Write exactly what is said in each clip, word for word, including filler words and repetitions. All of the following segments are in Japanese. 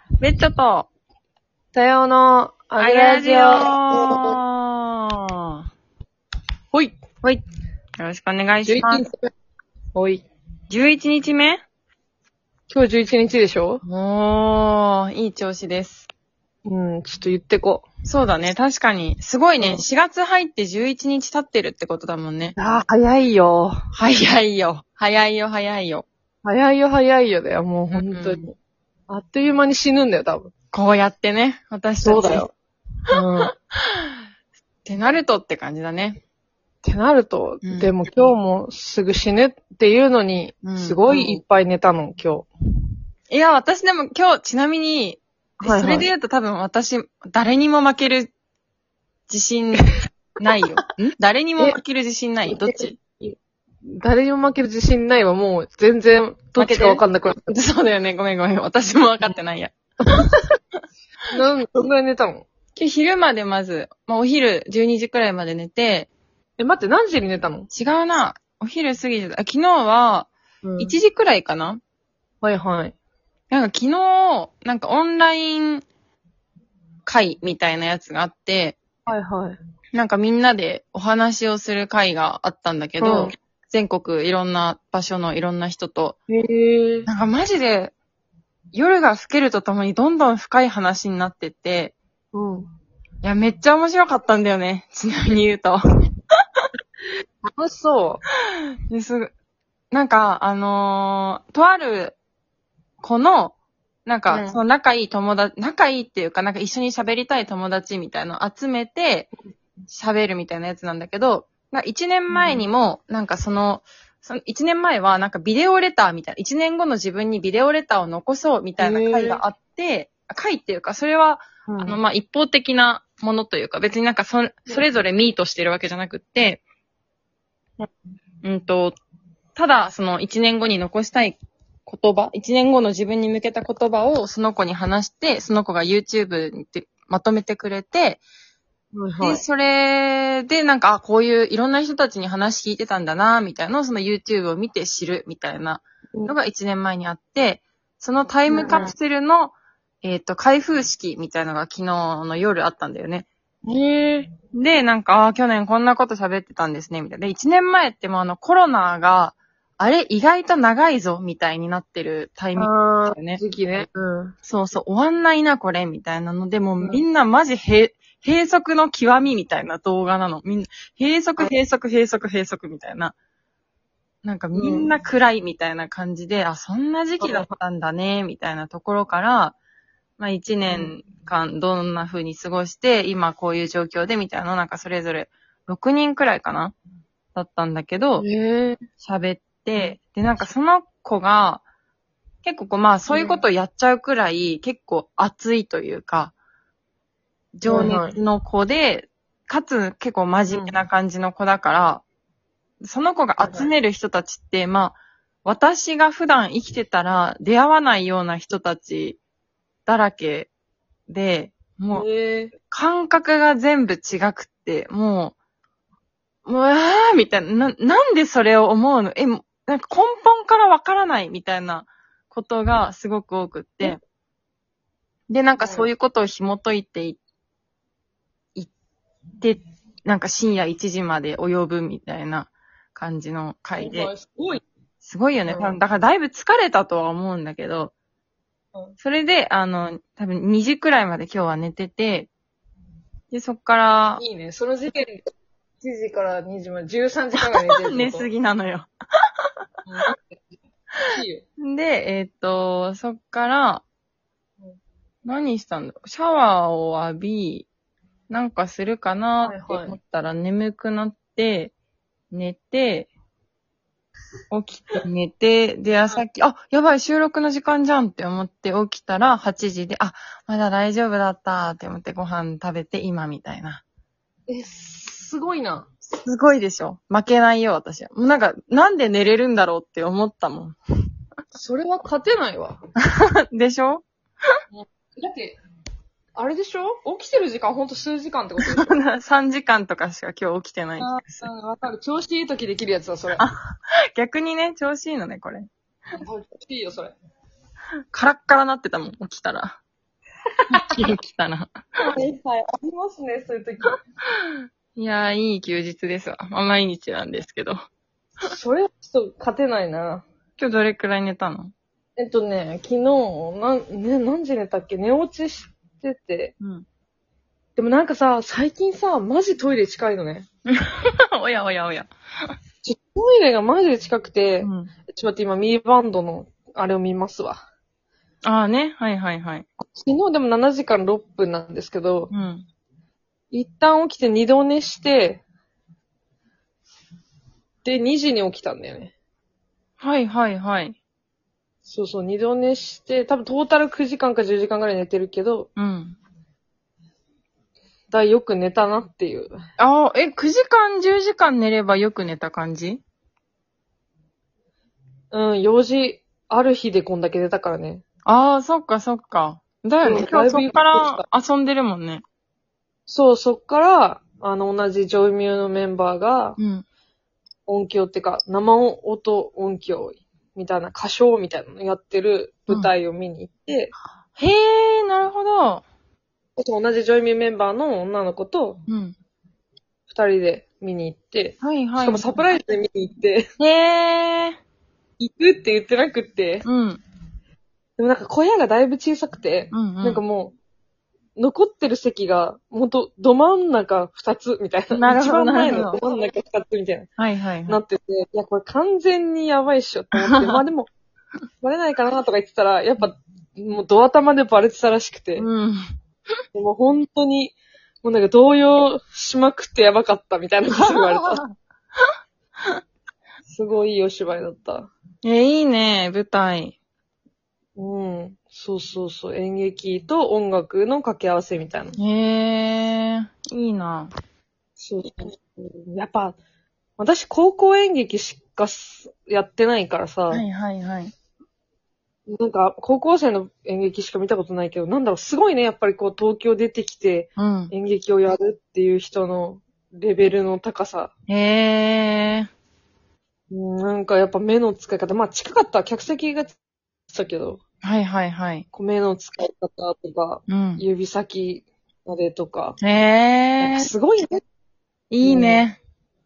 ベッチョと、 さようの、あげラジオ。ほい。 ほい。よろしくお願いします。 じゅういちにちめ。ほい。 じゅういちにちめ今日じゅういちにちでしょ？ おー、いい調子です。 うん、ちょっと言ってこ。 そうだね、確かに。すごいね、 うんしがつ入ってじゅういちにち経ってるってことだもんね。 ああ、早いよ。 早いよ。早いよ、早いよ。 早いよ、早いよだよ、もう本当に。 うんあっという間に死ぬんだよ、多分。 こうやってね、私たち。 そうだよ。うん。っってなるとって感じだね。 てなると、 うんでも今日もすぐ死ぬっていうのに、 うんすごいいっぱい寝たの、今いや、私でも今日、ちなみに、 はいはいそれで言うと多分私、誰にも負ける自信ないよ。ん誰にも負ける自信ないどっち日。誰にも負ける自信ないわ、もう全然、どっちかわかんなくなった。 そうだよね。ごめんごめん。私も分かってないや。 なん、どんぐらい寝たの？ 今日昼までまず、まあ、お昼じゅうにじくらいまで寝て、 え、待って、何時に寝たの？ 違うな。お昼過ぎてた。あ昨日はうんいちじくらいかな、 はいはい。 なんか昨日、なんかオンライン会みたいなやつがあって、 はいはい。 なんかみんなでお話をする会があったんだけど、 うん全国いろんな場所のいろんな人と、 へえ。 なんかマジで夜が更けるとともにどんどん深い話になってって、 うん。 いや、めっちゃ面白かったんだよね。ちなみに言うと。 楽しそですぐ、なんか、あのーとある子の、なんか、 うんその仲いい友達、仲いいっていうか、なんか一緒に喋りたい友達みたいなのを集めて、喋るみたいなやつなんだけど、まあ、一年前にも、なんかその、その一年前は、なんかビデオレターみたいな、一年後の自分にビデオレターを残そうみたいな会があって、会っていうか、それは、 う。うんあの、まあ、一方的なものというか、別になんかそ、それぞれミートしてるわけじゃなくって、うんと、ただ、その一年後に残したい言葉、一年後の自分に向けた言葉をその子に話して、その子が YouTube でまとめてくれて、で、 はいはい。 それでなんか、あ、こういういろんな人たちに話聞いてたんだな、みたいなのをその YouTube を見て知るみたいなのが一年前にあって、そのタイムカプセルの、えっと、開封式みたいなのが昨日の夜あったんだよね。 へえ。 で、なんか、あー去年こんなこと喋ってたんですね、みたいな。で、一年前ってもうあのコロナが、あれ意外と長いぞ、みたいになってるタイミングあだよねー、。時期ね。うん。 そうそう、終わんないな、これ、みたいなので、もううんみんなマジ閉、閉塞の極みみたいな動画なの。みんな、閉塞、閉塞、閉塞、閉塞みたいな。なんかみんな暗いみたいな感じで、あ、そんな時期だったんだね、みたいなところから、まあ一年間どんな風に過ごして、今こういう状況でみたいなのなんかそれぞれろくにんくらいかなだったんだけど、 へえ。 喋って、でなんかその子が、結構こうまあそういうことをやっちゃうくらい、結構熱いというか、情熱の子で、かつ結構真面目な感じの子だから、その子が集める人たちって、まあ、私が普段生きてたら出会わないような人たちだらけで、もう、 へえ。 感覚が全部違くって、もう、もう、あーみたいな、な、なんでそれを思うのえ、もうなんか根本からわからないみたいなことがすごく多くって、で、なんかそういうことを紐解いていいって、なんか深夜いちじまで及ぶみたいな感じの回で、 すごい。 すごいよね。 うん多分だからだいぶ疲れたとは思うんだけど、 うんそれで、あの、多分にじくらいまで今日は寝てて、で、そっから、 いいね。その時点で、いちじからにじまでじゅうさんじかんが寝てる。 寝すぎなのよ。 うん。いいよ。 で、えっと、そっからうん、 何したんだろう。シャワーを浴び、なんかするかなって思ったら眠くなって、寝て、起きて寝て、で、朝き、あ、やばい、収録の時間じゃんって思って起きたらはちじで、あ、まだ大丈夫だったって思ってご飯食べて今みたいな。 え、すごいな。 すごいでしょ。負けないよ、私は。もうなんか、なんで寝れるんだろうって思ったもん。 それは勝てないわ。 でしょだって、あれでしょ？起きてる時間ほんと数時間ってことでしょ？ さんじかんとかしか今日起きてない。 ああ、わかる。調子いい時できるやつだ、それ。 逆にね、調子いいのね、これ。 調子いいよ、それ。 カラッカラなってたもん、起きたら。 元気たな。 はいはい。ありますね、そういう時。 いやー、いい休日ですわ。まあ、毎日なんですけど。 それはちょっと勝てないな。 今日どれくらい寝たの？ えっとね、昨日、なん、ね、何時寝たっけ寝落ちしてて。 うん。 でもなんかさ、最近さ、マジトイレ近いのね。 おやおやおや。 ちょトイレがマジで近くて、 うん。 ちょっと待って、今、ミーバンドの、あれを見ますわ。 ああね。はいはいはい。 昨日でもななじかんろっぷんなんですけど、 うん。 一旦起きて二度寝して、で、にじに起きたんだよね。 はいはいはい。 そうそう、二度寝して、多分トータルくじかんかじゅうじかんぐらい寝てるけど、 うん。 だいよく寝たなっていう。 ああ、え、くじかん、じゅうじかん寝ればよく寝た感じ？ うん、用事ある日でこんだけ寝たからね。 ああ、そっかそっか。だよね。 そう今日そっかだいぶゆっくりら遊んでるもんね。 そう、そっから、あの、同じジョイミューのメンバーが、 うん。 音響ってか、生音音響みたいな歌唱みたいなのやってる舞台を見に行って、 へえ、なるほど。 同じジョイミューメンバーの女の子とうん。 二人で見に行って、 はいはい。 しかもサプライズで見に行って、 へえ。 行くって言ってなくって、 うん。 でもなんか小屋がだいぶ小さくて、 うんうん。 なんかもう、残ってる席が、ほんと、ど真ん中二つみたいな。 なるほど一番前のなるほどど真ん中二つみたいな。 はいはいはい。 なってて、いや、これ完全にやばいっしょって思って、まあでも、バレないかなとか言ってたら、やっぱ、もうドア玉でバレてたらしくて、 うん。 もう本当に、もうなんか動揺しまくってやばかったみたいなこと言われた。すごいいいお芝居だった。 え、いいね、舞台。 うん。そうそうそう。演劇と音楽の掛け合わせみたいな。 へえ、いいな。 そうそうそう。やっぱ、私高校演劇しかやってないからさ、 はいはいはい。 なんか高校生の演劇しか見たことないけど、なんだろう、すごいね、やっぱりこう東京出てきてうん。 演劇をやるっていう人のレベルの高さ。 へえ。 うんなんかやっぱ目の使い方、まあ近かった、客席がしたけど、 はいはいはい。 こう目の使い方とか、 うん。 指先までとか、 へなんかえ。 すごいね。 いいね。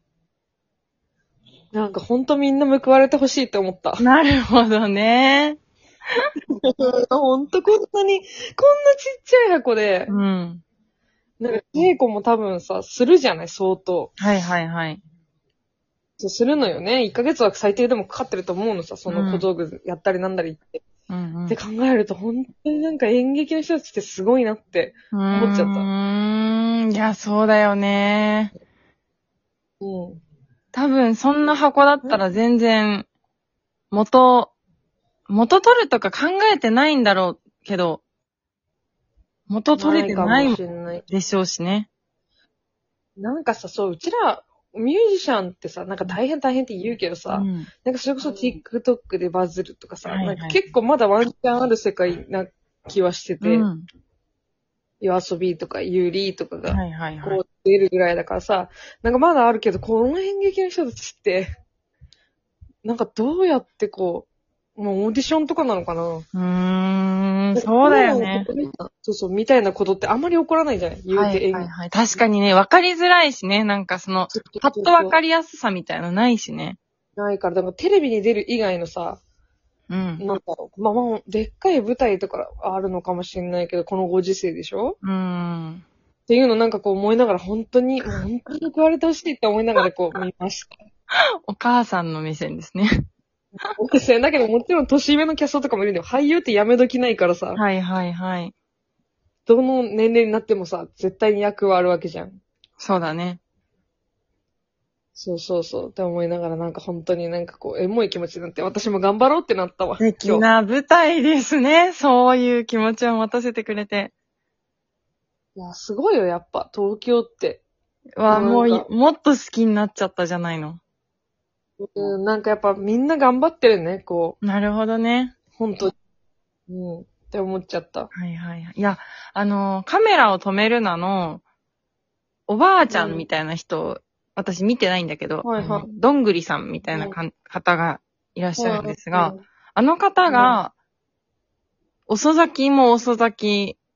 なんかほんとみんな報われてほしいって思った。 なるほどね。 ほんとこんなに、こんなちっちゃい箱で、 うん。 なんか稽古も多分さ、するじゃない、相当。 はいはいはい。 そうするのよね。いっかげつは最低でもかかってると思うのさ、その小道具やったりなんだりって。 うんうん。 って考えると、本当になんか演劇の人たちってすごいなって思っちゃった。 うーん。いや、そうだよね。 うん。 多分、そんな箱だったら全然、元、元取るとか考えてないんだろうけど、元取れてかもないしれない。 でしょうしね。 なんかさ、そう、うちら、ミュージシャンってさ、なんか大変大変って言うけどさ、 うん。 なんかそれこそ TikTok でバズるとかさ、 はいはいなんか結構まだワンチャンある世界な気はしてて、 うん。 夜遊びとかユーリーとかが、 はいはいはい。 こう出るぐらいだからさ、なんかまだあるけど、この演劇の人たちって、なんかどうやってこう、もうオーディションとかなのかなうーん、そうだよね。 そうそう、みたいなことってあんまり起こらないじゃない言うはて演劇。 いはいはい。確かにね、わかりづらいしね。なんかその、パッとわかりやすさみたいなのないしね。 ないから、だからテレビに出る以外のさ、 うん。 なんだろう。まあまあ、でっかい舞台とかあるのかもしれないけど、このご時世でしょうーん。 っていうのなんかこう思いながら、本当に、もう本当に報われてほしいって思いながらこう見ました。 お母さんの目線ですね。 だけどもちろん年上のキャストとかもいるんだよ。俳優ってやめ時ないからさ、 はいはいはい。 どの年齢になってもさ、絶対に役はあるわけじゃん。 そうだね。 そうそうそう。って思いながらなんか本当になんかこう、エモい気持ちになって、私も頑張ろうってなったわ。 素敵な舞台ですね。そういう気持ちを持たせてくれて。 いや、すごいよ、やっぱ、東京って。 わ、もういなんか、 もっと好きになっちゃったじゃないの。 うん、なんかやっぱみんな頑張ってるね、こなるほどね。 う、本当に。うん、って思っちゃった。 はいはいはい。いや、あの、カメラを止めるなの、おばあちゃんみたいな人、私見てないんだけど、 はいはいあのどんぐりさんみたいなかん方がいらっしゃるんですが、 うんあの方が、遅咲きも遅咲き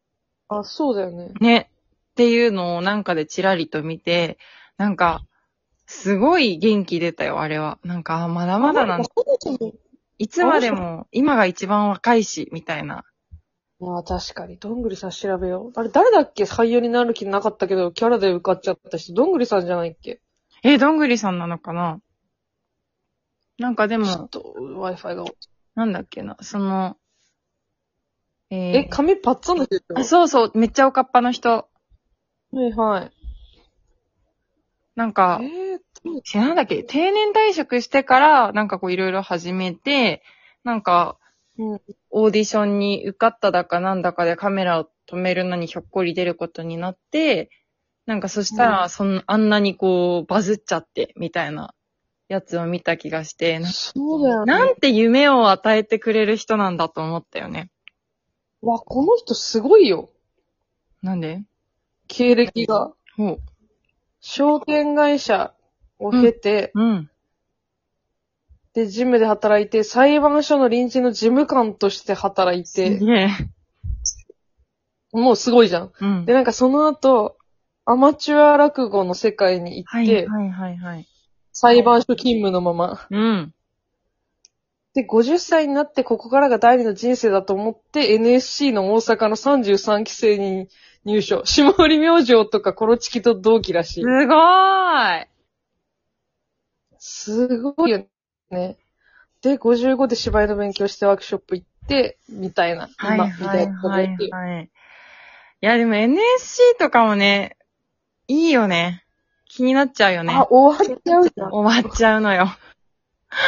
あ、そうだよね。 ね。っていうのをなんかでチラリと見て、なんか、すごい元気出たよ、あれは。なんか、あまだまだなんあ、そうだよね。 いつまでも、今が一番若いし、みたいな。 まあ確かに。どんぐりさん調べよう。あれ誰だっけ？俳優になる気なかったけど、キャラで受かっちゃった人。どんぐりさんじゃないっけ？ え、どんぐりさんなのかな？なんかでも、 ちょっと Wi-Fi が。 なんだっけな、その、ええ、 ー、 髪パッツンの人あ、そうそう、めっちゃおかっぱの人。 はいはい。 なんか、 えー、 えなんだっけ、定年退職してから、なんかこういろいろ始めて、なんか、 うん。 オーディションに受かっただかなんだかでカメラを止めるのにひょっこり出ることになって、なんかそしたら、そん、あんなにこう、バズっちゃって、みたいなやつを見た気がして、なそうだよね。 なんて夢を与えてくれる人なんだと思ったよね。 わ、この人すごいよ。 なんで？ 経歴が。 ほう。 証券会社を経て、 うん。 で、事務で働いて、裁判所の臨時の事務官として働いすて、 げえ。 もうすごいじゃん。 うんで、。なんかその後、アマチュア落語の世界に行はいって、 はいはいはい。 裁判所勤務のまま。 うん。 で、ごじゅっさいになってここからが第二の人生だと思って エヌエスシー の大阪のさんじゅうさんき生に入所。霜降り明星とかコロチキと同期らしい。 すごーい。 すごいよね。で、ごじゅうごで芝居の勉強してワークショップ行って、みたいな。 はい今、みたはいいなことはいやってる。 はい。いやでも エヌエスシー とかもね、いいよね。気になっちゃうよねあ、。終わっちゃうじゃん。 終わっちゃうのよ。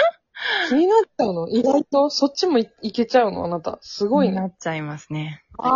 気になっちゃうの意外とそっちもいいけちゃうのあなた。すごいね。 気になっちゃいますね。